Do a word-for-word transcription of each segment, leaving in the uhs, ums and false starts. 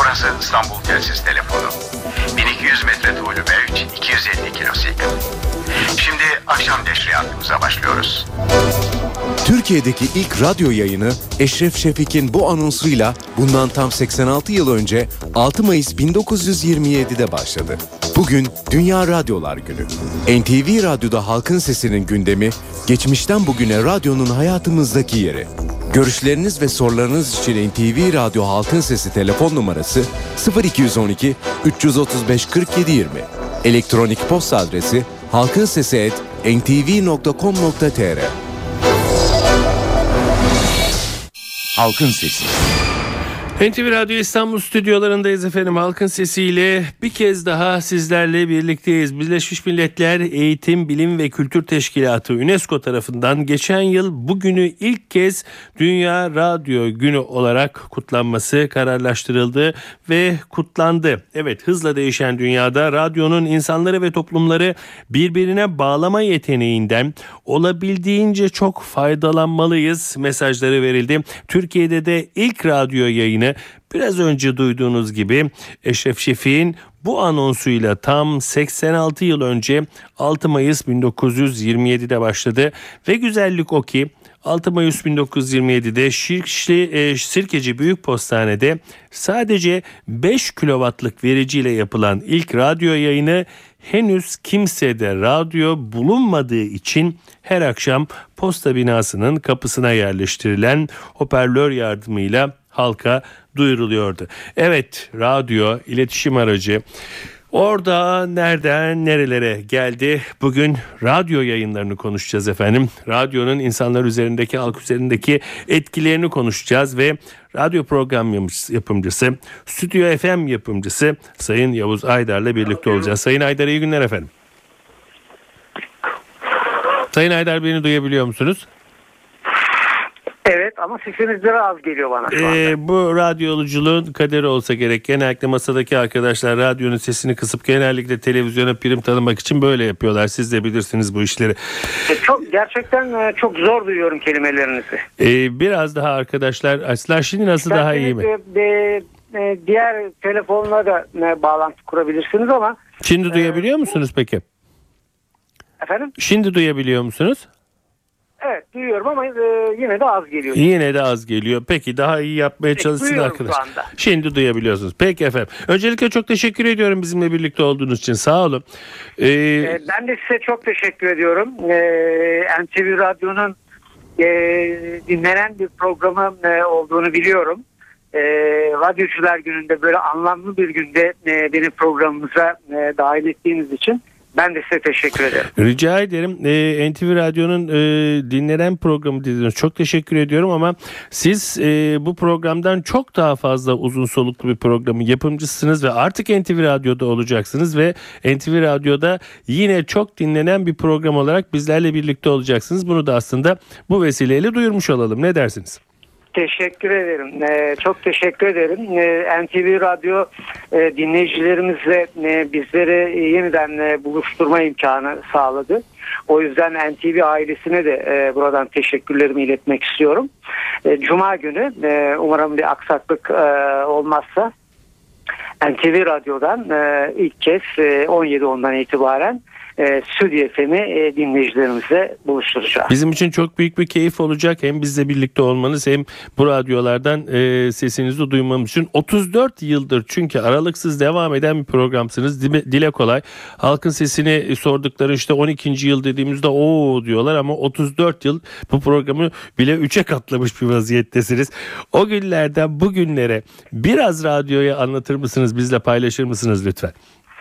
Burası İstanbul Telsiz Telefonu. bin iki yüz metre tuğlu mevç, iki yüz elli kilosikl. Şimdi akşam neşriyatımıza başlıyoruz. Türkiye'deki ilk radyo yayını Eşref Şefik'in bu anonsuyla bundan tam seksen altı yıl önce altı Mayıs bin dokuz yüz yirmi yedi'de başladı. Bugün Dünya Radyolar Günü. N T V Radyo'da halkın sesinin gündemi, geçmişten bugüne radyonun hayatımızdaki yeri. Görüşleriniz ve sorularınız için N T V Radyo Halkın Sesi telefon numarası sıfır iki yüz on iki üç yüz otuz beş kırk yedi yirmi. Elektronik posta adresi halkinsesi et en te ve nokta com nokta te er. Halkın Sesi. N T V Radyo İstanbul stüdyolarındayız efendim. Halkın sesiyle bir kez daha sizlerle birlikteyiz. Birleşmiş Milletler Eğitim, Bilim ve Kültür Teşkilatı UNESCO tarafından geçen yıl bugünü ilk kez Dünya Radyo Günü olarak kutlanması kararlaştırıldı ve kutlandı. Evet, hızla değişen dünyada radyonun insanları ve toplumları birbirine bağlama yeteneğinden olabildiğince çok faydalanmalıyız mesajları verildi. Türkiye'de de ilk radyo yayını biraz önce duyduğunuz gibi Eşref Şefik'in bu anonsuyla tam seksen altı yıl önce altı Mayıs bin dokuz yüz yirmi yedi'de başladı ve güzellik o ki altı Mayıs bin dokuz yüz yirmi yedi'de Şirkişli e, Sirkeci Büyük Postane'de sadece beş kilowattlık vericiyle yapılan ilk radyo yayını henüz kimsede radyo bulunmadığı için her akşam posta binasının kapısına yerleştirilen hoparlör yardımıyla halka duyuruluyordu. Evet, radyo, iletişim aracı. Orada nereden nerelere geldi? Bugün radyo yayınlarını konuşacağız efendim. Radyonun insanlar üzerindeki, halk üzerindeki etkilerini konuşacağız ve radyo program yapımcısı, Stüdyo F M yapımcısı Sayın Yavuz Aydar'la birlikte olacağız. Sayın Aydar, iyi günler efendim. Sayın Aydar, beni duyabiliyor musunuz? Evet, ama sesiniz biraz az geliyor bana şu anda. Ee, bu radyoculuğun kaderi olsa gerek. Genellikle masadaki arkadaşlar radyonun sesini kısıp genellikle televizyona prim tanımak için böyle yapıyorlar. Siz de bilirsiniz bu işleri. E, çok gerçekten çok zor duyuyorum kelimelerinizi. Ee, biraz daha arkadaşlar açtılar. Şimdi nasıl, daha iyi mi? De, de, de, diğer telefonla da e, bağlantı kurabilirsiniz ama. Şimdi e, duyabiliyor musunuz peki? Efendim? Şimdi duyabiliyor musunuz? Evet, duyuyorum ama e, yine de az geliyor. Yine de az geliyor. Peki, daha iyi yapmaya Peki, çalışsın arkadaşlar. Şimdi duyabiliyorsunuz. Peki efendim. Öncelikle çok teşekkür ediyorum bizimle birlikte olduğunuz için. Sağ olun. Ee, ee, ben de size çok teşekkür ediyorum. Ee, N T V Radyo'nun e, dinlenen bir programı e, olduğunu biliyorum. E, Radyocular Günü'nde böyle anlamlı bir günde e, beni programımıza e, dahil ettiğiniz için ben de size teşekkür ederim. Rica ederim. Ee, N T V Radyo'nun e, dinlenen programı dediniz. Çok teşekkür ediyorum ama siz e, bu programdan çok daha fazla uzun soluklu bir programın yapımcısınız ve artık N T V Radyo'da olacaksınız ve N T V Radyo'da yine çok dinlenen bir program olarak bizlerle birlikte olacaksınız. Bunu da aslında bu vesileyle duyurmuş olalım. Ne dersiniz? Teşekkür ederim. Ee, çok teşekkür ederim. Ee, N T V Radyo e, dinleyicilerimizle e, bizleri yeniden e, buluşturma imkanı sağladı. O yüzden N T V ailesine de e, buradan teşekkürlerimi iletmek istiyorum. E, Cuma günü e, umarım bir aksaklık e, olmazsa N T V Radyo'dan e, ilk kez e, on yedi ondan itibaren E, Stüdyo F M'i e, dinleyicilerimizle buluşturacağız. Bizim için çok büyük bir keyif olacak. Hem bizle birlikte olmanız hem bu radyolardan e, sesinizi duymamız için. otuz dört yıldır çünkü aralıksız devam eden bir programsınız. Dile kolay. Halkın sesini sordukları işte on ikinci yıl dediğimizde ooo diyorlar ama otuz dört yıl bu programı bile üçe katlamış bir vaziyettesiniz. O günlerden bugünlere biraz radyoya anlatır mısınız? Bizle paylaşır mısınız lütfen?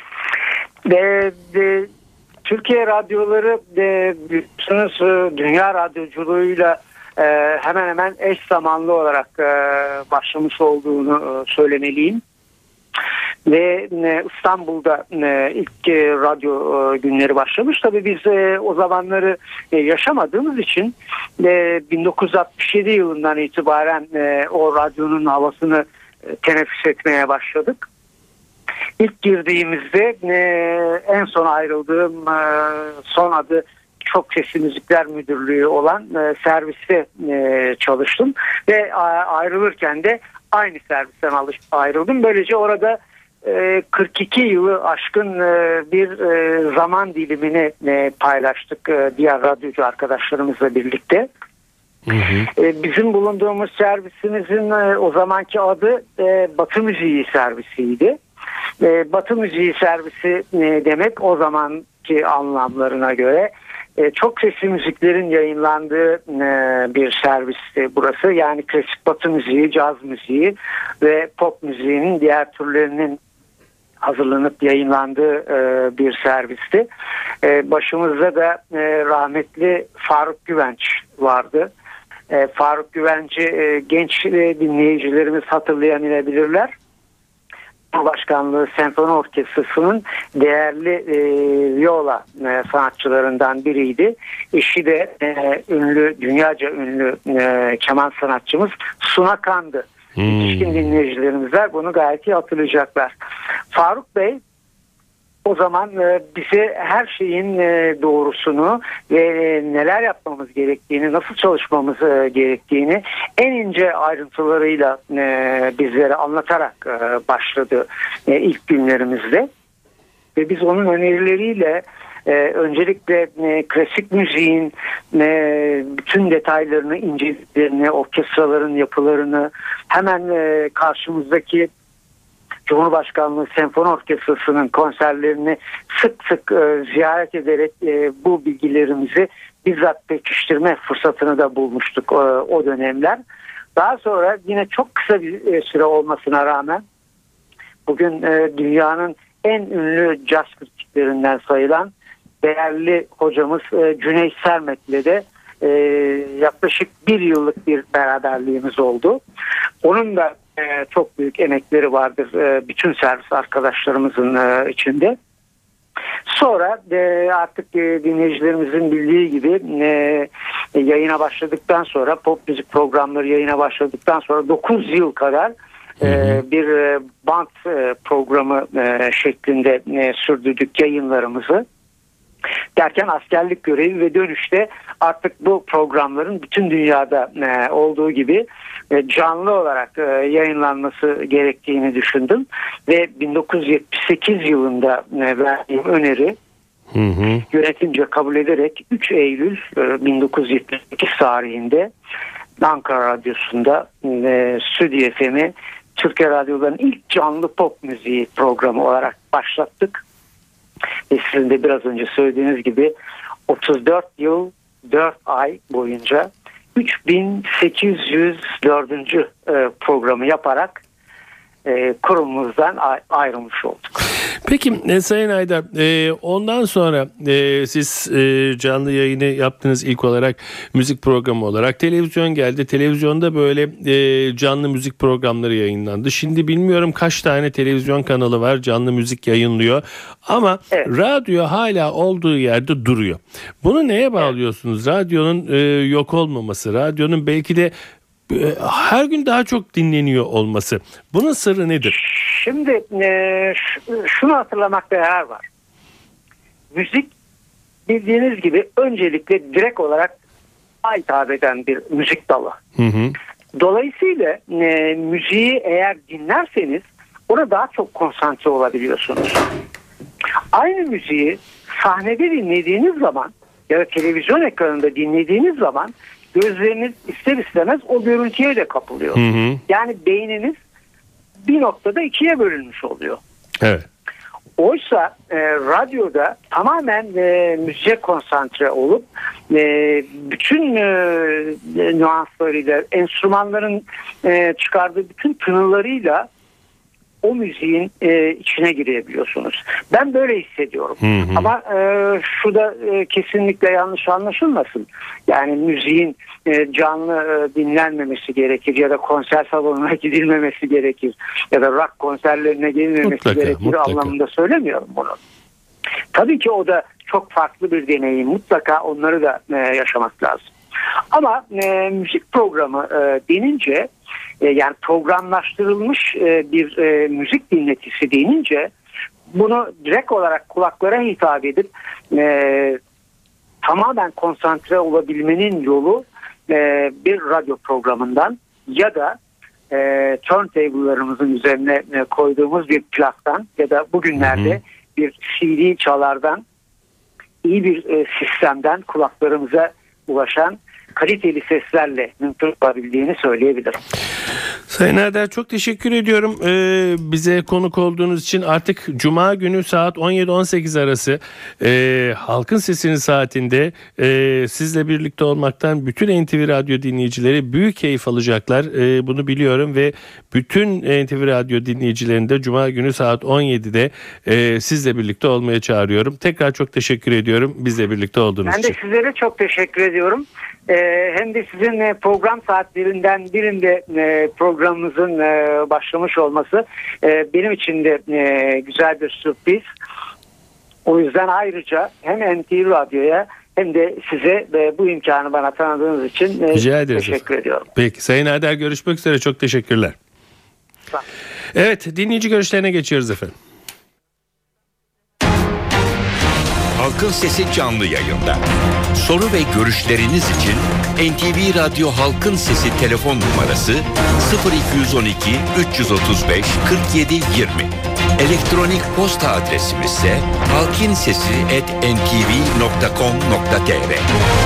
De, de... Türkiye radyoları de, biliyorsunuz dünya radyoculuğuyla e, hemen hemen eş zamanlı olarak e, başlamış olduğunu e, söylemeliyim. Ve e, İstanbul'da e, ilk e, radyo e, günleri başlamış. Tabii biz e, o zamanları e, yaşamadığımız için e, bin dokuz yüz altmış yedi yılından itibaren e, o radyonun havasını e, teneffüs etmeye başladık. İlk girdiğimizde e, en son ayrıldığım e, son adı Çok Sesli Müzikler Müdürlüğü olan e, serviste e, çalıştım ve a, ayrılırken de aynı servisten ayrıldım. Böylece orada kırk iki yılı aşkın bir zaman dilimini paylaştık diğer radyocu arkadaşlarımızla birlikte. Hı hı. Bizim bulunduğumuz servisimizin o zamanki adı Batı Müziği servisiydi. Batı Müziği servisi demek o zamanki anlamlarına göre çok sesli müziklerin yayınlandığı bir servisti burası. Yani klasik Batı müziği, caz müziği ve pop müziğinin diğer türlerinin hazırlanıp yayınlandığı bir servisti. Başımızda da rahmetli Faruk Güvenç vardı. Faruk Güvenç'i genç dinleyicilerimiz hatırlayamayabilirler. Cumhurbaşkanlığı Senfoni Orkestrası'nın değerli e, viola e, sanatçılarından biriydi. Eşi de e, ünlü, dünyaca ünlü e, keman sanatçımız Suna Kan'dı. Hmm. Yetişkin dinleyicilerimizler bunu gayet iyi hatırlayacaklar. Faruk Bey o zaman e, bize her şeyin e, doğrusunu ve e, neler yapmamız gerektiğini, nasıl çalışmamız e, gerektiğini en ince ayrıntılarıyla e, bizlere anlatarak e, başladı e, ilk günlerimizde. Ve biz onun önerileriyle e, öncelikle e, klasik müziğin e, bütün detaylarını, inceliklerini, orkestraların yapılarını hemen e, karşımızdaki Cumhurbaşkanlığı Senfoni Orkestrası'nın konserlerini sık sık e, ziyaret ederek e, bu bilgilerimizi bizzat pekiştirme fırsatını da bulmuştuk e, o dönemler. Daha sonra yine çok kısa bir e, süre olmasına rağmen bugün e, dünyanın en ünlü caz kritiklerinden sayılan değerli hocamız e, Cüneyt Sermet'le de e, yaklaşık bir yıllık bir beraberliğimiz oldu. Onun da e, çok büyük emekleri vardır e, bütün servis arkadaşlarımızın e, içinde. Sonra e, artık e, dinleyicilerimizin bildiği gibi e, yayına başladıktan sonra, pop müzik programları yayına başladıktan sonra dokuz yıl kadar e, bir e, band e, programı e, şeklinde e, sürdürdük yayınlarımızı. Derken askerlik görevi ve dönüşte artık bu programların bütün dünyada e, olduğu gibi e, canlı olarak e, yayınlanması gerektiğini düşündüm. Ve bin dokuz yüz yetmiş sekiz yılında e, verdiğim öneri hı hı. yönetimce kabul ederek üç Eylül e, bin dokuz yüz yetmiş sekiz tarihinde Ankara Radyosu'nda e, Stüdyo F M'i Türkiye Radyoları'nın ilk canlı pop müziği programı olarak başlattık. Ve sizin de biraz önce söylediğiniz gibi otuz dört yıl dört ay boyunca üç bin sekiz yüz dördüncü programı yaparak kurumumuzdan ayrılmış olduk. Peki e, Sayın Aydar, e, ondan sonra e, siz e, canlı yayını yaptınız ilk olarak müzik programı olarak. Televizyon geldi. Televizyonda böyle e, canlı müzik programları yayınlandı. Şimdi bilmiyorum kaç tane televizyon kanalı var canlı müzik yayınlıyor. Ama evet. Radyo hala olduğu yerde duruyor. Bunu neye bağlıyorsunuz? Evet. Radyonun e, yok olmaması, radyonun belki de her gün daha çok dinleniyor olması. Bunun sırrı nedir? Şimdi e, şunu hatırlamakta yarar var. Müzik bildiğiniz gibi öncelikle direkt olarak hitap eden bir müzik dalı. Hı hı. Dolayısıyla e, müziği eğer dinlerseniz ona daha çok konsantre olabiliyorsunuz. Aynı müziği sahnede dinlediğiniz zaman ya da televizyon ekranında dinlediğiniz zaman gözleriniz ister istemez o görüntüye de kapılıyor. Hı hı. Yani beyniniz bir noktada ikiye bölünmüş oluyor. Evet. Oysa e, radyoda tamamen e, müziğe konsantre olup e, bütün e, nüanslarıyla, enstrümanların e, çıkardığı bütün tınılarıyla o müziğin e, içine girebiliyorsunuz. Ben böyle hissediyorum. Hı hı. Ama e, şu da e, kesinlikle yanlış anlaşılmasın. Yani müziğin e, canlı e, dinlenmemesi gerekir ya da konser salonuna gidilmemesi gerekir ya da rock konserlerine gelinmemesi mutlaka, gerekir mutlaka. Anlamında söylemiyorum bunu. Tabii ki o da çok farklı bir deneyim. Mutlaka onları da e, yaşamak lazım. Ama e, müzik programı e, denince yani programlaştırılmış bir müzik dinletisi denince bunu direkt olarak kulaklara hitap edip e, tamamen konsantre olabilmenin yolu e, bir radyo programından ya da e, turntable'larımızın üzerine e, koyduğumuz bir plaktan ya da bugünlerde hı hı. bir C D çalardan, iyi bir e, sistemden kulaklarımıza ulaşan kaliteli seslerle mümkün olabildiğini söyleyebilirim. Sayın Erdem, çok teşekkür ediyorum ee, bize konuk olduğunuz için. Artık Cuma günü saat on yedi on sekiz arası e, Halkın Sesi'nin saatinde e, sizle birlikte olmaktan bütün N T V Radyo dinleyicileri büyük keyif alacaklar. E, bunu biliyorum ve bütün N T V Radyo dinleyicilerini de Cuma günü saat on yedide e, sizle birlikte olmaya çağırıyorum. Tekrar çok teşekkür ediyorum bizle birlikte olduğunuz ben için. Ben de sizlere çok teşekkür ediyorum. Ee, hem de sizin e, program saatlerinden birinde e, programımızın e, başlamış olması e, benim için de e, güzel bir sürpriz. O yüzden ayrıca hem N T V Radyo'ya hem de size e, bu imkanı bana tanıdığınız için e, Rica ederiz. Teşekkür ediyorum. Peki Sayın Erdem, görüşmek üzere, çok teşekkürler. Tamam. Evet, dinleyici görüşlerine geçiyoruz efendim. Halkın Sesi canlı yayında. Soru ve görüşleriniz için N T V Radyo Halkın Sesi telefon numarası sıfır iki on iki üç otuz beş kırk yedi yirmi. Elektronik posta adresimiz ise halkinsesi at n t v nokta com nokta t r.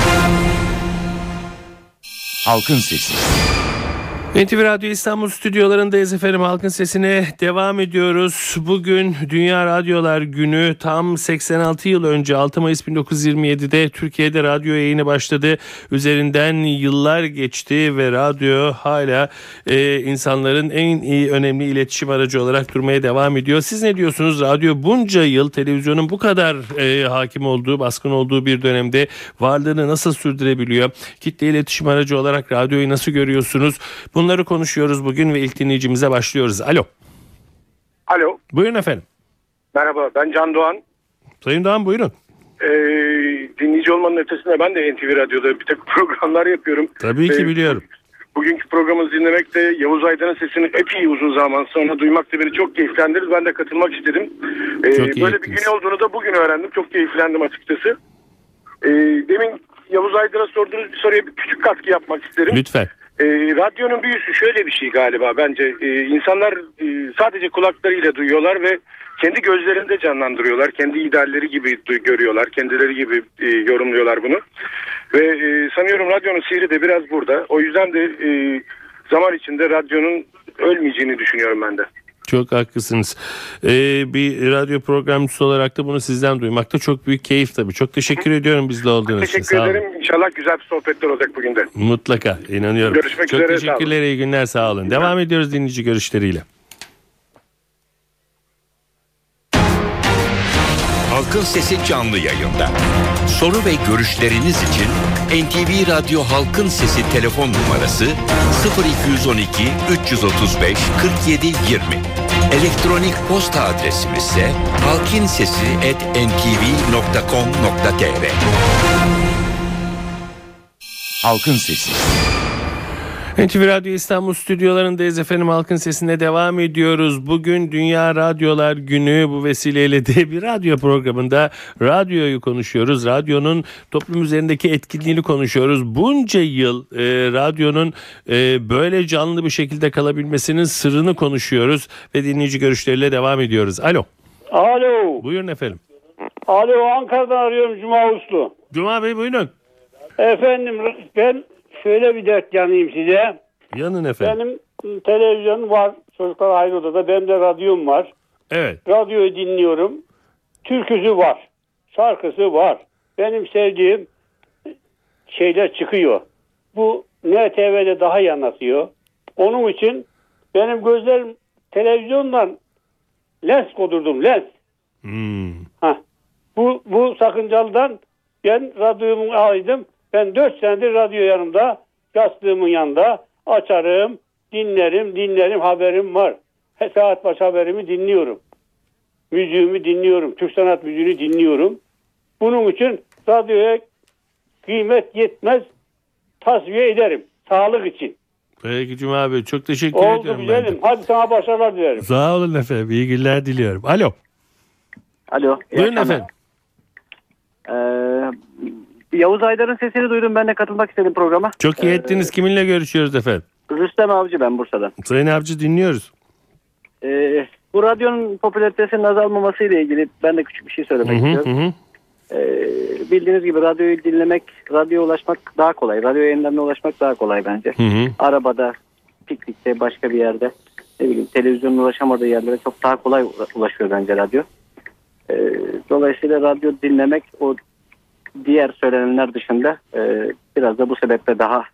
Halkın Sesi. N T V Radyo İstanbul stüdyolarındayız efendim. Halkın Sesi'ne devam ediyoruz. Bugün Dünya Radyolar Günü. Tam seksen altı yıl önce altı Mayıs bin dokuz yüz yirmi yedide Türkiye'de radyo yayını başladı. Üzerinden yıllar geçti ve radyo hala e, insanların en iyi, önemli iletişim aracı olarak durmaya devam ediyor. Siz ne diyorsunuz? Radyo bunca yıl televizyonun bu kadar e, hakim olduğu, baskın olduğu bir dönemde varlığını nasıl sürdürebiliyor? Kitle iletişim aracı olarak radyoyu nasıl görüyorsunuz? Bu Bunları konuşuyoruz bugün ve ilk dinleyicimize başlıyoruz. Alo. Alo. Buyurun efendim. Merhaba, ben Can Doğan. Sayın Doğan, buyurun. Ee, dinleyici olmanın ötesinde ben de N T V Radyo'da bir takım programlar yapıyorum. Tabii ki ee, biliyorum. Bugünkü programımızı dinlemek de Yavuz Aydın'ın sesini epey uzun zaman sonra duymak da beni çok keyiflendirdi. Ben de katılmak istedim. Ee, çok böyle bir gün olduğunu da bugün öğrendim. Çok keyiflendim açıkçası. Ee, demin Yavuz Aydın'a sorduğunuz bir soruya bir küçük katkı yapmak isterim. Lütfen. E, radyonun büyüsü şöyle bir şey galiba bence. E, insanlar e, sadece kulaklarıyla duyuyorlar ve kendi gözlerinde canlandırıyorlar. Kendi idealleri gibi du- görüyorlar. Kendileri gibi e, yorumluyorlar bunu. Ve e, sanıyorum radyonun sihri de biraz burada. O yüzden de e, zaman içinde radyonun ölmeyeceğini düşünüyorum ben de. Çok haklısınız. Ee, bir radyo programcısı olarak da bunu sizden duymakta çok büyük keyif tabii. Çok teşekkür Hı. ediyorum bizle olduğunuz için. Teşekkür ederim. İnşallah güzel bir sohbetler olacak bugün de. Mutlaka, inanıyorum. Görüşmek çok üzere. Çok teşekkürler, iyi günler, sağ olun. Devam ediyoruz dinleyici görüşleriyle. Halkın Sesi canlı yayında. Soru ve görüşleriniz için N T V Radyo Halkın Sesi telefon numarası sıfır iki on iki üç otuz beş kırk yedi yirmi. Elektronik posta adresimiz ise halkinsesi at n t v nokta com nokta t r. Halkın Sesi. N T V Radyo İstanbul stüdyolarındayız efendim. Halkın Sesi'ne devam ediyoruz. Bugün Dünya Radyolar Günü, bu vesileyle de bir radyo programında radyoyu konuşuyoruz. Radyonun toplum üzerindeki etkinliğini konuşuyoruz. Bunca yıl e, radyonun e, böyle canlı bir şekilde kalabilmesinin sırrını konuşuyoruz ve dinleyici görüşleriyle devam ediyoruz. Alo. Alo. Buyurun efendim. Alo, Ankara'dan arıyorum, Cuma Uslu. Cuma Bey, buyurun. Efendim ben şöyle bir dert yanayım size. Yanın efendim. Benim televizyonum var. Çocuklar ayrı odada. Benim de radyom var. Evet. Radyoyu dinliyorum. Türküsü var. Şarkısı var. Benim sevdiğim şeyler çıkıyor. Bu N T V'de daha iyi anlatıyor. Onun için benim gözlerim televizyondan lens kodurdum. Lens. Hmm. Heh. Bu, bu sakıncalıdan ben radyomu aldım. Ben dört senedir radyo yanımda, yastığımın yanında açarım, dinlerim, dinlerim, haberim var. Her saat başı haberimi dinliyorum. Müziğimi dinliyorum, Türk sanat müziğini dinliyorum. Bunun için radyoya kıymet yetmez, tasfiye ederim. Sağlık için. Peki Cuma Bey, çok teşekkür Oldu ediyorum. Oldu güzelim. Hadi sana başarılar dilerim. Sağ olun efendim. İyi günler diliyorum. Alo. Alo. Buyurun efendim. Ee, Yavuz Aydar'ın sesini duydum. Ben de katılmak istedim programa. Çok iyi ettiniz. Kiminle görüşüyoruz efendim? Rüstem Avcı ben Bursa'dan. Sayın Avcı dinliyoruz. Ee, bu radyonun popülaritesinin azalmaması ile ilgili ben de küçük bir şey söylemek Hı hı, istiyorum. hı. Ee, bildiğiniz gibi radyoyu dinlemek, radyoya ulaşmak daha kolay. Radyo yayınlarına ulaşmak daha kolay bence. Hı hı. Arabada, piknikte, başka bir yerde, ne bileyim televizyonun ulaşamadığı yerlere çok daha kolay ulaşıyor bence radyo. Ee, dolayısıyla radyo dinlemek o diğer söylenenler dışında e, biraz da bu sebeple daha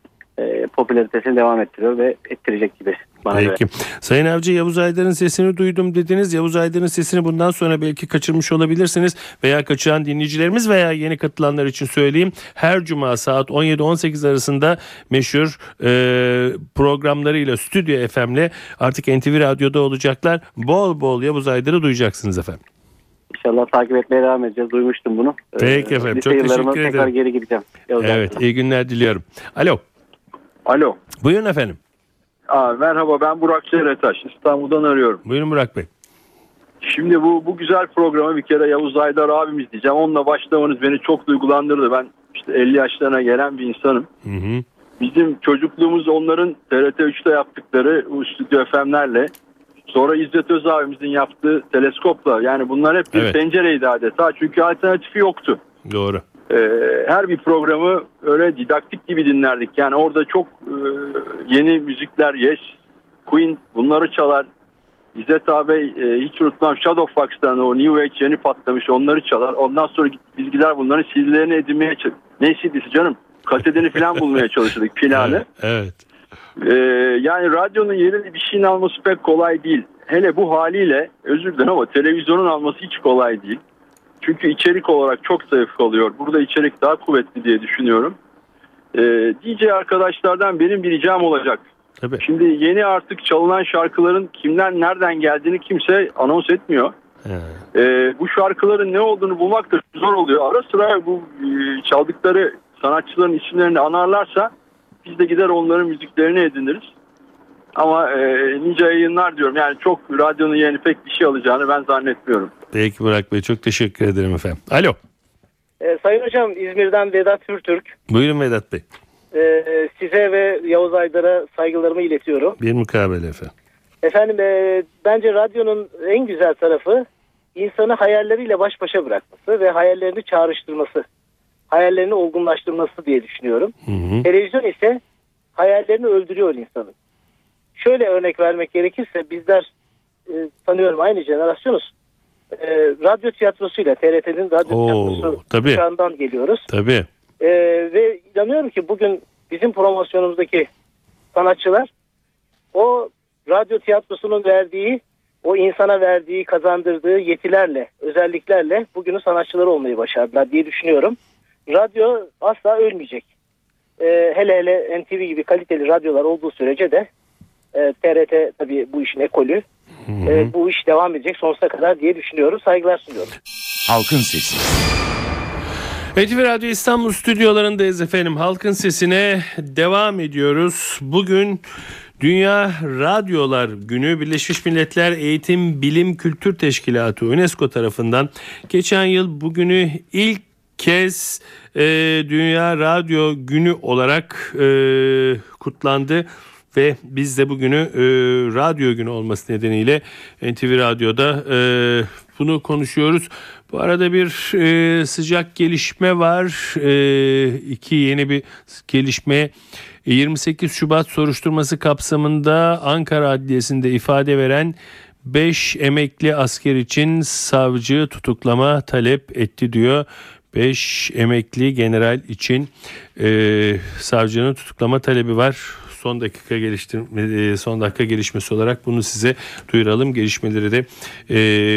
e, popülaritesini devam ettiriyor ve ettirecek gibi bana Peki. göre. Sayın Avcı, Yavuz Aydar'ın sesini duydum dediniz. Yavuz Aydar'ın sesini bundan sonra belki kaçırmış olabilirsiniz veya kaçıran dinleyicilerimiz veya yeni katılanlar için söyleyeyim. Her cuma saat on yedi on sekiz arasında meşhur e, programlarıyla Stüdyo F M'le artık N T V Radyo'da olacaklar. Bol bol Yavuz Aydar'ı duyacaksınız efendim. İnşallah takip etmeye devam edeceğiz. Duymuştum bunu. Peki efendim. Lise Çok yıllarıma teşekkür tekrar ederim. geri gideceğim. Yavuz Evet, Aydar'a. iyi günler diliyorum. Alo. Alo. Buyurun efendim. Aa, merhaba, ben Burak Çeretaş. İstanbul'dan arıyorum. Buyurun Burak Bey. Şimdi bu bu güzel programı bir kere Yavuz Aydar abimiz diyeceğim. Onunla başlamanız beni çok duygulandırdı. Ben işte elli yaşlarına gelen bir insanım. Hı hı. Bizim çocukluğumuz onların T R T üçte yaptıkları bu Stüdyo F M'lerle, sonra İzzet Öz abimizin yaptığı teleskopla, yani bunlar hep bir Evet. pencereydi adeta. Çünkü alternatifi yoktu. Doğru. Ee, her bir programı öyle didaktik gibi dinlerdik. Yani orada çok e, yeni müzikler, Yes, Queen bunları çalar. İzzet abi e, hiç unutmam, Shadowfox'tan o New Age yeni patlamış, onları çalar. Ondan sonra biz gider bunların C D'lerini edinmeye çalışırdık. Ne C D'si canım? Kasetini falan bulmaya çalışırdık, planı. Evet. Ee, yani radyonun yerini bir şeyin alması pek kolay değil. Hele bu haliyle, özür dilerim ama televizyonun alması hiç kolay değil. Çünkü içerik olarak çok zayıf kalıyor. Burada içerik daha kuvvetli diye düşünüyorum. Ee, D J arkadaşlardan benim bir ricam olacak. Tabii. Şimdi yeni artık çalınan şarkıların kimden nereden geldiğini kimse anons etmiyor. Evet. Ee, bu şarkıların ne olduğunu bulmak da zor oluyor. Ara sıra bu e, çaldıkları sanatçıların isimlerini anarlarsa biz de gider onların müziklerini ediniriz. Ama e, nice yayınlar diyorum. Yani çok radyonun yeni pek bir şey alacağını ben zannetmiyorum. Peki Burak Bey, çok teşekkür ederim efendim. Alo. Ee, Sayın Hocam, İzmir'den Vedat Hürtürk. Buyurun Vedat Bey. Ee, size ve Yavuz Aydar'a saygılarımı iletiyorum. Bir mukabele efendim. Efendim e, bence radyonun en güzel tarafı insanı hayalleriyle baş başa bırakması ve hayallerini çağrıştırması. Hayallerini olgunlaştırması diye düşünüyorum. Hı hı. Televizyon ise hayallerini öldürüyor insanın. Şöyle örnek vermek gerekirse bizler e, sanıyorum aynı jenerasyonuz. E, radyo tiyatrosuyla T R T'nin radyo Oo, tiyatrosu tabii. kuşağından geliyoruz. Tabii. E, ve inanıyorum ki bugün bizim promosyonumuzdaki sanatçılar o radyo tiyatrosunun verdiği, o insana verdiği, kazandırdığı yetilerle, özelliklerle bugünün sanatçıları olmayı başardılar diye düşünüyorum. Radyo asla ölmeyecek. E, hele hele N T V gibi kaliteli radyolar olduğu sürece de e, T R T tabii bu işin ekolü. E, bu iş devam edecek sonsuza kadar diye düşünüyorum. Saygılar sunuyorum. Halkın Sesi. N T V Radyo İstanbul stüdyolarındayız efendim. Halkın Sesi'ne devam ediyoruz. Bugün Dünya Radyolar Günü. Birleşmiş Milletler Eğitim, Bilim, Kültür Teşkilatı UNESCO tarafından geçen yıl bugünü ilk kez e, Dünya Radyo Günü olarak e, kutlandı. Ve biz de bugünü e, radyo günü olması nedeniyle N T V Radyo'da e, bunu konuşuyoruz. Bu arada bir e, sıcak gelişme var. E, iki yeni bir gelişme. yirmi sekiz Şubat soruşturması kapsamında Ankara Adliyesi'nde ifade veren beş emekli asker için savcı tutuklama talep etti diyor. beş emekli general için e, savcının tutuklama talebi var. Son dakika geliştirme, son dakika gelişmesi olarak bunu size duyuralım. Gelişmeleri de e,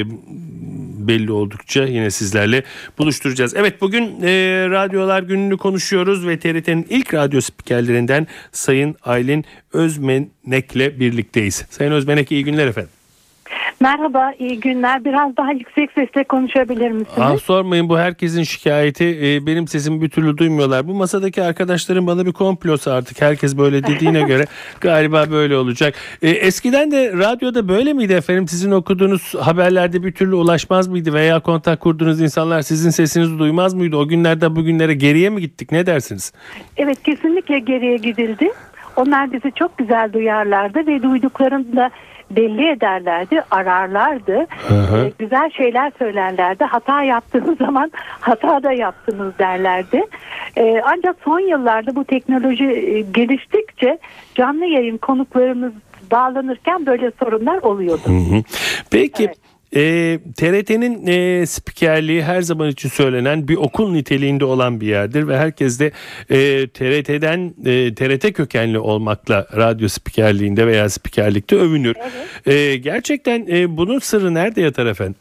belli oldukça yine sizlerle buluşturacağız. Evet, bugün e, Radyolar Günü'nü konuşuyoruz ve T R T'nin ilk radyo spikerlerinden Sayın Aylin Özmenek'le birlikteyiz. Sayın Özmenek, iyi günler efendim. Merhaba, iyi günler. Biraz daha yüksek sesle konuşabilir misiniz? Ah, sormayın, bu herkesin şikayeti. Ee, benim sesimi bir türlü duymuyorlar. Bu masadaki arkadaşlarım bana bir komplosa artık. Herkes böyle dediğine göre galiba böyle olacak. Ee, eskiden de radyoda böyle miydi efendim? Sizin okuduğunuz haberlerde bir türlü ulaşmaz mıydı? Veya kontak kurduğunuz insanlar sizin sesinizi duymaz mıydı? O günlerden bugünlere geriye mi gittik? Ne dersiniz? Evet, kesinlikle geriye gidildi. Onlar bizi çok güzel duyarlardı ve duyduklarını da belli ederlerdi, ararlardı. Ee, güzel şeyler söylerlerdi. Hata yaptığınız zaman hata da yaptınız derlerdi. Ee, ancak son yıllarda bu teknoloji e, geliştikçe canlı yayın konuklarımız bağlanırken böyle sorunlar oluyordu. Hı hı. Peki. Evet. E, T R T'nin e, spikerliği her zaman için söylenen bir okul niteliğinde olan bir yerdir ve herkes de e, T R T'den e, T R T kökenli olmakla radyo spikerliğinde veya spikerlikte övünür. Evet. E, gerçekten e, bunun sırrı nerede yatar efendim?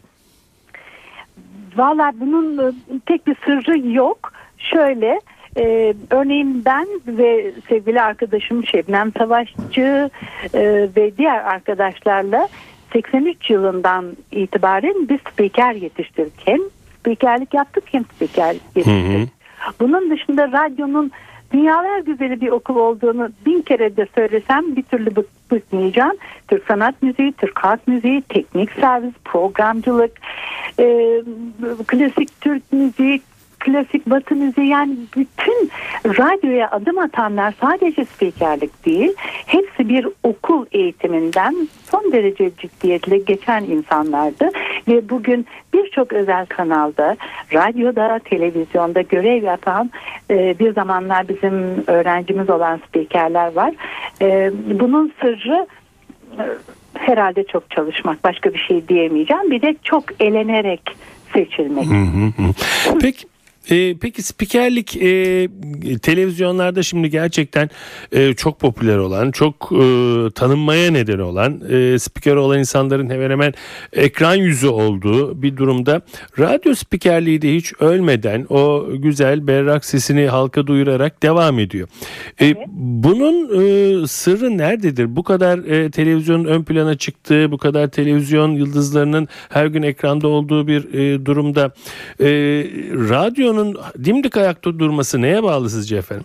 Valla bunun tek bir sırrı yok. Şöyle, e, örneğin ben ve sevgili arkadaşım Şebnem Savaşçı e, ve diğer arkadaşlarla seksen üç yılından itibaren bir spiker yetiştirdik. Hem spikerlik yaptık hem spiker yetiştirdik. Hı hı. Bunun dışında radyonun dünyalar güzeli bir okul olduğunu bin kere de söylesem bir türlü bıkmayacağım. Türk sanat müziği, Türk halk müziği, teknik servis, programcılık, e, klasik Türk müziği, klasik batı müziği, yani bütün radyoya adım atanlar sadece spikerlik değil, hepsi bir okul eğitiminden son derece ciddiyetle geçen insanlardı ve bugün birçok özel kanalda, radyoda, televizyonda görev yapan e, bir zamanlar bizim öğrencimiz olan spikerler var. E, bunun sırrı e, herhalde çok çalışmak, başka bir şey diyemeyeceğim. Bir de çok elenerek seçilmek. Hı hı hı. Peki. Ee, peki spikerlik e, televizyonlarda şimdi gerçekten e, çok popüler olan, çok e, tanınmaya neden olan, e, spiker olan insanların hemen hemen ekran yüzü olduğu bir durumda radyo spikerliği de hiç ölmeden o güzel berrak sesini halka duyurarak devam ediyor. E, evet. Bunun e, sırrı nerededir? Bu kadar e, televizyonun ön plana çıktığı, bu kadar televizyon yıldızlarının her gün ekranda olduğu bir e, durumda e, radyo dimdik ayakta durması neye bağlı sizce efendim?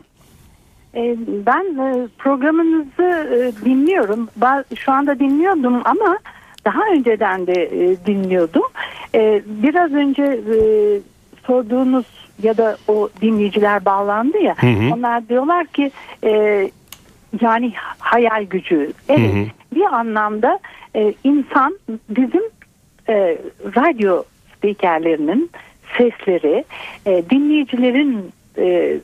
Ben programınızı dinliyorum. Şu anda dinliyordum ama daha önceden de dinliyordum. Biraz önce sorduğunuz ya da o dinleyiciler bağlandı ya. Hı hı. Onlar diyorlar ki yani hayal gücü. Evet, hı hı. Bir anlamda insan bizim radyo spikerlerinin sesleri e, dinleyicilerin e,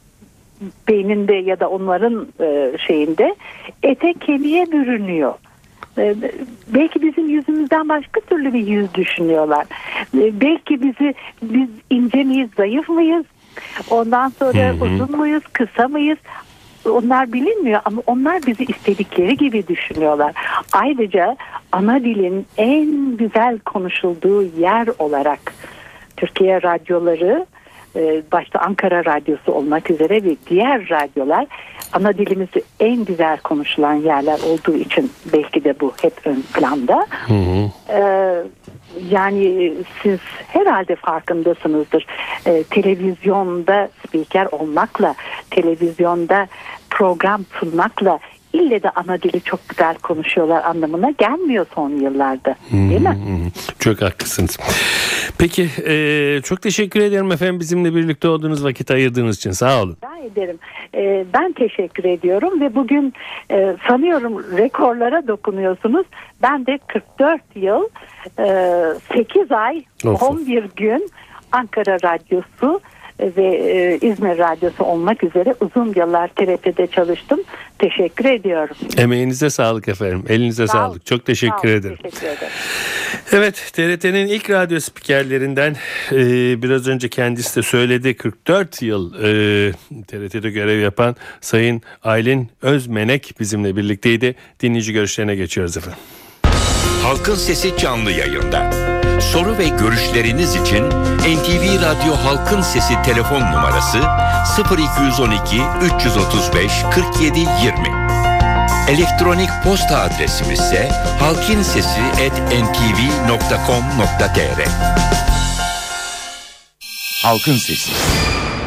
beyninde ya da onların e, şeyinde ete kemiğe bürünüyor. E, belki bizim yüzümüzden başka türlü bir yüz düşünüyorlar. E, belki bizi biz ince miyiz, zayıf mıyız? Ondan sonra hı hı. uzun muyuz, kısa mıyız? Onlar bilinmiyor ama onlar bizi istedikleri gibi düşünüyorlar. Ayrıca ana dilin en güzel konuşulduğu yer olarak Türkiye radyoları, başta Ankara Radyosu olmak üzere ve diğer radyolar ana dilimizi en güzel konuşulan yerler olduğu için belki de bu hep ön planda. Hı hı. Ee, yani siz herhalde farkındasınızdır. Ee, televizyonda spiker olmakla, televizyonda program sunmakla ille de ana dili çok güzel konuşuyorlar anlamına gelmiyor son yıllarda. Değil mi? Çok haklısınız. Peki e, çok teşekkür ederim efendim bizimle birlikte olduğunuz, vakit ayırdığınız için. Sağ olun. Rica ederim. E, ben teşekkür ediyorum ve bugün e, sanıyorum rekorlara dokunuyorsunuz. Ben de kırk dört yıl e, sekiz ay of. on bir gün Ankara Radyosu ve e, İzmir Radyosu olmak üzere uzun yıllar T R T'de çalıştım. Teşekkür ediyorum. Emeğinize sağlık efendim. Elinize Sağ sağlık. Çok teşekkür Sağ ederim. Teşekkür ederim. Evet, T R T'nin ilk radyo spikerlerinden e, biraz önce kendisi de söyledi. kırk dört yıl e, T R T'de görev yapan Sayın Aylin Özmenek bizimle birlikteydi. Dinleyici görüşlerine geçiyoruz efendim. Halkın Sesi canlı yayında. Soru ve görüşleriniz için N T V Radyo Halkın Sesi telefon numarası sıfır iki on iki üç yüz otuz beş kırk yedi yirmi. Elektronik posta adresimiz ise halkinsesi at n t v nokta com nokta t r. Halkın Sesi.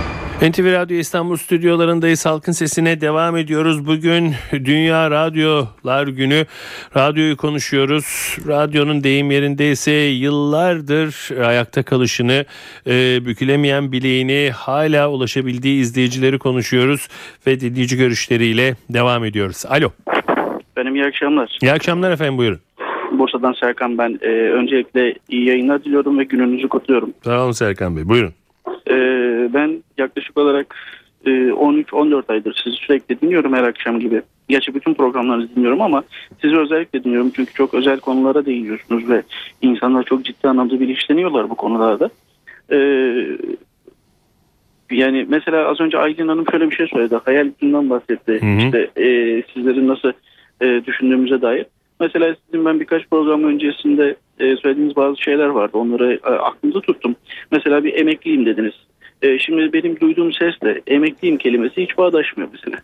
N T V Radyo İstanbul stüdyolarındayız. Halkın Sesi'ne devam ediyoruz. Bugün Dünya Radyolar Günü. Radyoyu konuşuyoruz. Radyonun deyim yerindeyse yıllardır ayakta kalışını, e, bükülemeyen bileğini, hala ulaşabildiği izleyicileri konuşuyoruz ve dinleyici görüşleriyle devam ediyoruz. Alo. Benim iyi akşamlar. İyi akşamlar efendim, buyurun. Bursa'dan Serkan ben. Ee, öncelikle iyi yayınlar diliyorum ve gününüzü kutluyorum. Sağ olun Serkan Bey, buyurun. Ee, ben yaklaşık olarak e, on üç on dört aydır sizi sürekli dinliyorum her akşam gibi. Gerçi bütün programlarınızı dinliyorum ama sizi özellikle dinliyorum çünkü çok özel konulara değiniyorsunuz ve insanlar çok ciddi anlamda bilinçleniyorlar bu konularda. Ee, yani mesela az önce Aylin Hanım şöyle bir şey söyledi. Hayal gücünden bahsetti. Hı hı. İşte e, sizlerin nasıl e, düşündüğümüze dair. Mesela sizin ben birkaç program öncesinde e, söylediğiniz bazı şeyler vardı. Onları e, aklımda tuttum. Mesela bir emekliyim dediniz. E, şimdi benim duyduğum sesle emekliyim kelimesi hiç bağdaşmıyor mesela.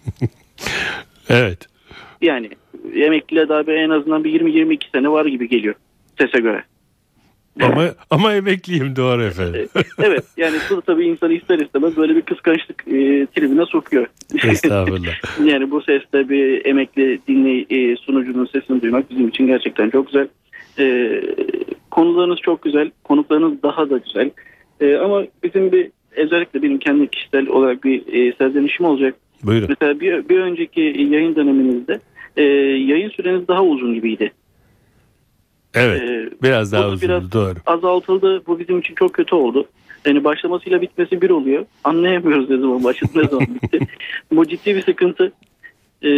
Evet. Yani emekliliğe daha bir en azından bir yirmi yirmi iki sene var gibi geliyor sese göre. Ama ama emekliyim, doğru efendim. Evet, yani bu tabii insanı ister istemez böyle bir kıskançlık e, tribine sokuyor. Estağfurullah. Yani bu seste bir emekli dinley e, sunucunun sesini duymak bizim için gerçekten çok güzel. E, konularınız çok güzel, konuklarınız daha da güzel. E, ama bizim bir özellikle benim kendi kişisel olarak bir e, serzenişim olacak. Buyurun. Mesela bir, bir önceki yayın döneminizde e, yayın süreniz daha uzun gibiydi. Evet, ee, biraz daha uzun, biraz doğru. Azaltıldı. Bu bizim için çok kötü oldu. Yani başlamasıyla bitmesi bir oluyor. Anlayamıyoruz ne zaman başladı, ne zaman bitti. Bu ciddi bir sıkıntı. Ee,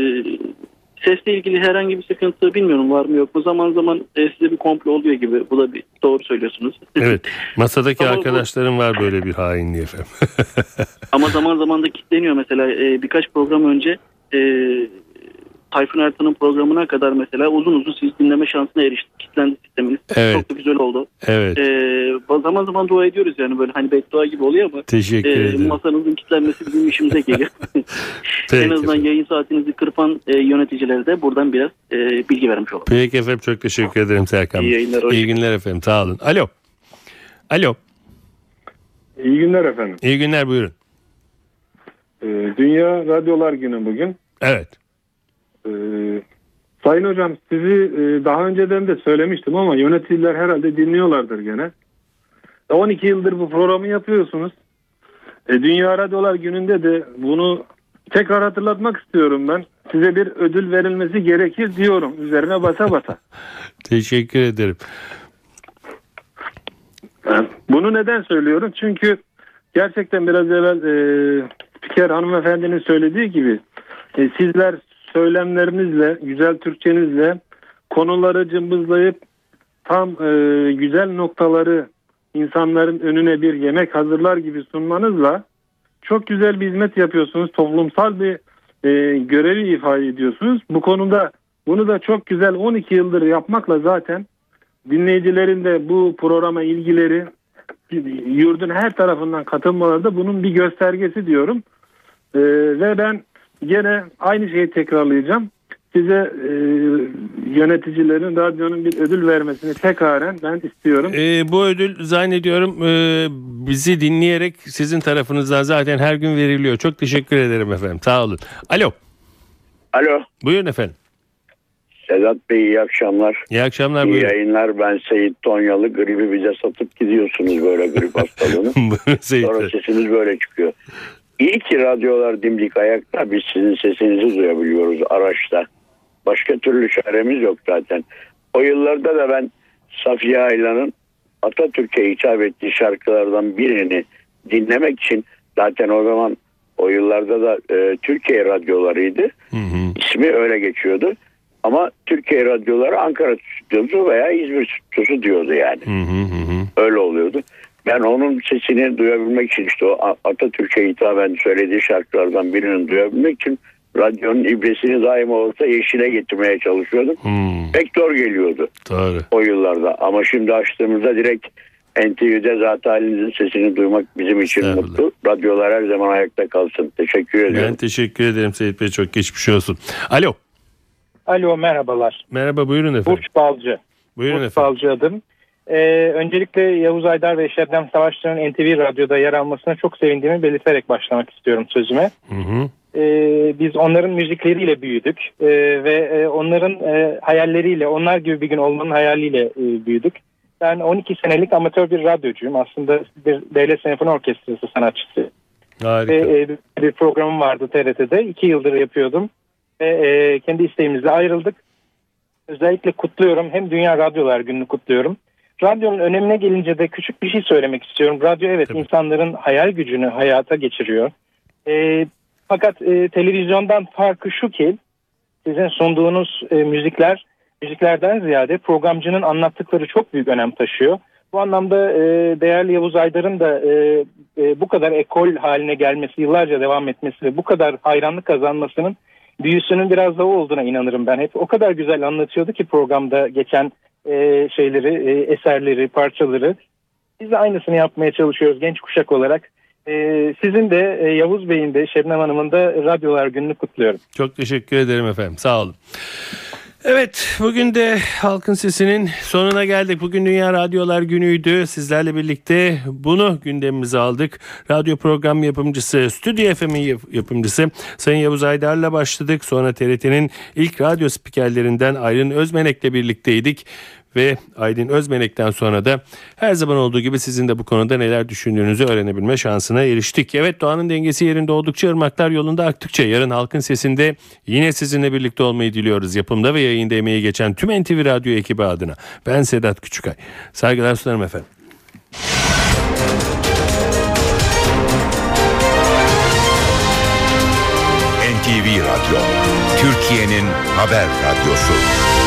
sesle ilgili herhangi bir sıkıntı bilmiyorum var mı yok mu. Zaman zaman e, size bir komplo oluyor gibi. Bu da bir doğru söylüyorsunuz. Evet. Masadaki ama arkadaşlarım bu, var böyle bir hainliği efendim. Ama zaman zaman da kilitleniyor. Mesela e, birkaç program önce e, Tayfun Ertan'ın programına kadar mesela uzun uzun siz dinleme şansına eriştik. Kitlendi sisteminiz. Evet. Çok da güzel oldu. Evet. Ee, zaman zaman dua ediyoruz yani böyle hani beddua gibi oluyor ama teşekkür e, ederim. masanızın kitlenmesi bizim işimize geliyor. En azından yayın saatinizi kırpan e, yöneticilere de buradan biraz e, bilgi vermiş olalım. Peki efendim, çok teşekkür ederim Serkan. İyi yayınlar. İyi günler efendim, sağ olun. Alo. Alo. İyi günler efendim. İyi günler, buyurun. Ee, Dünya Radyolar Günü bugün. Evet. Ee, Sayın Hocam, sizi e, daha önceden de söylemiştim ama yöneticiler herhalde dinliyorlardır gene. on iki yıldır bu programı yapıyorsunuz. E, Dünya Radyolar Günü'nde de bunu tekrar hatırlatmak istiyorum ben. Size bir ödül verilmesi gerekir diyorum. Üzerine basa basa. Teşekkür ederim. Yani bunu neden söylüyorum? Çünkü gerçekten biraz evvel e, spiker hanımefendinin söylediği gibi e, sizler söylemlerinizle, güzel Türkçenizle konuları cımbızlayıp tam e, güzel noktaları insanların önüne bir yemek hazırlar gibi sunmanızla çok güzel bir hizmet yapıyorsunuz. Toplumsal bir e, görevi ifade ediyorsunuz. Bu konuda bunu da çok güzel on iki yıldır yapmakla zaten dinleyicilerin de bu programa ilgileri, yurdun her tarafından katılmaları da bunun bir göstergesi diyorum. E, ve ben gene aynı şeyi tekrarlayacağım. Size e, yöneticilerin radyonun bir ödül vermesini tekraren ben istiyorum. E, bu ödül zannediyorum e, bizi dinleyerek sizin tarafınızdan zaten her gün veriliyor. Çok teşekkür ederim efendim. Sağ olun. Alo. Alo. Buyurun efendim. Sedat Bey, iyi akşamlar. İyi akşamlar. İyi buyurun. yayınlar. Ben Seyit Tonyalı. Gribi bize satıp gidiyorsunuz böyle grip hastalığını. Sonra sesiniz böyle çıkıyor. İyi ki radyolar dimdik ayakta. Biz sizin sesinizi duyabiliyoruz araçta. Başka türlü çaremiz yok zaten. O yıllarda da ben Safiye Aylan'ın Atatürk'e hitap ettiği şarkılardan birini dinlemek için, zaten o zaman o yıllarda da e, Türkiye radyolarıydı. Hı hı. İsmi öyle geçiyordu. Ama Türkiye radyoları Ankara stüdyosu veya İzmir stüdyosu diyordu yani. Hı hı hı. Öyle oluyordu. Ben onun sesini duyabilmek için, işte o Atatürk'e hitaben söylediği şarkılardan birinin duyabilmek için radyonun ibresini daima olsa yeşile getirmeye çalışıyordum. Hmm. Pek zor geliyordu. Doğru. O yıllarda. Ama şimdi açtığımızda direkt N T V'de zaten halinizin sesini duymak bizim için mutlu. Radyolar her zaman ayakta kalsın. Teşekkür ederim. Ben teşekkür ederim Seyit Bey. Çok geçmiş olsun. Alo. Alo, merhabalar. Merhaba, buyurun efendim. Burç Balcı. Buyurun Burç efendim. Balcı adım. Ee, öncelikle Yavuz Aydar ve Şebnem Savaşçı'nın N T V Radyo'da yer almasına çok sevindiğimi belirterek başlamak istiyorum sözüme. Hı hı. Ee, biz onların müzikleriyle büyüdük ee, ve e, onların e, hayalleriyle, onlar gibi bir gün olmanın hayaliyle e, büyüdük. Ben on iki senelik amatör bir radyocuyum. Aslında bir Devlet Senfoni Orkestrası sanatçısı. Harika. Ve e, bir programım vardı T R T'de. İki yıldır yapıyordum. Ve e, kendi isteğimizle ayrıldık. Özellikle kutluyorum. Hem Dünya Radyolar Günü'nü kutluyorum. Radyonun önemine gelince de küçük bir şey söylemek istiyorum. Radyo evet Tabii. insanların hayal gücünü hayata geçiriyor. E, fakat e, televizyondan farkı şu ki sizin sunduğunuz e, müzikler müziklerden ziyade programcının anlattıkları çok büyük önem taşıyor. Bu anlamda e, değerli Yavuz Aydar'ın da e, e, bu kadar ekol haline gelmesi, yıllarca devam etmesi ve bu kadar hayranlık kazanmasının büyüsünün biraz da o olduğuna inanırım ben. Hep o kadar güzel anlatıyordu ki programda geçen e, şeyleri, e, eserleri, parçaları. Biz de aynısını yapmaya çalışıyoruz genç kuşak olarak. E, sizin de e, Yavuz Bey'in de Şebnem Hanım'ın da Radyolar Günü'nü kutluyorum. Çok teşekkür ederim efendim. Sağ olun. Evet, bugün de Halkın Sesi'nin sonuna geldik. Bugün Dünya Radyolar Günü'ydü. Sizlerle birlikte bunu gündemimize aldık. Radyo program yapımcısı, Stüdyo F M'in yapımcısı Sayın Yavuz Aydar'la başladık. Sonra T R T'nin ilk radyo spikerlerinden Aylin Özmenek'le birlikteydik. Ve Aylin Özmenek'ten sonra da her zaman olduğu gibi sizin de bu konuda neler düşündüğünüzü öğrenebilme şansına eriştik. Evet, doğanın dengesi yerinde oldukça, ırmaklar yolunda aktıkça yarın Halkın Sesi'nde yine sizinle birlikte olmayı diliyoruz. Yapımda ve yayında emeği geçen tüm N T V Radyo ekibi adına. Ben Sedat Küçükay. Saygılar sunarım efendim. N T V Radyo, Türkiye'nin haber radyosu.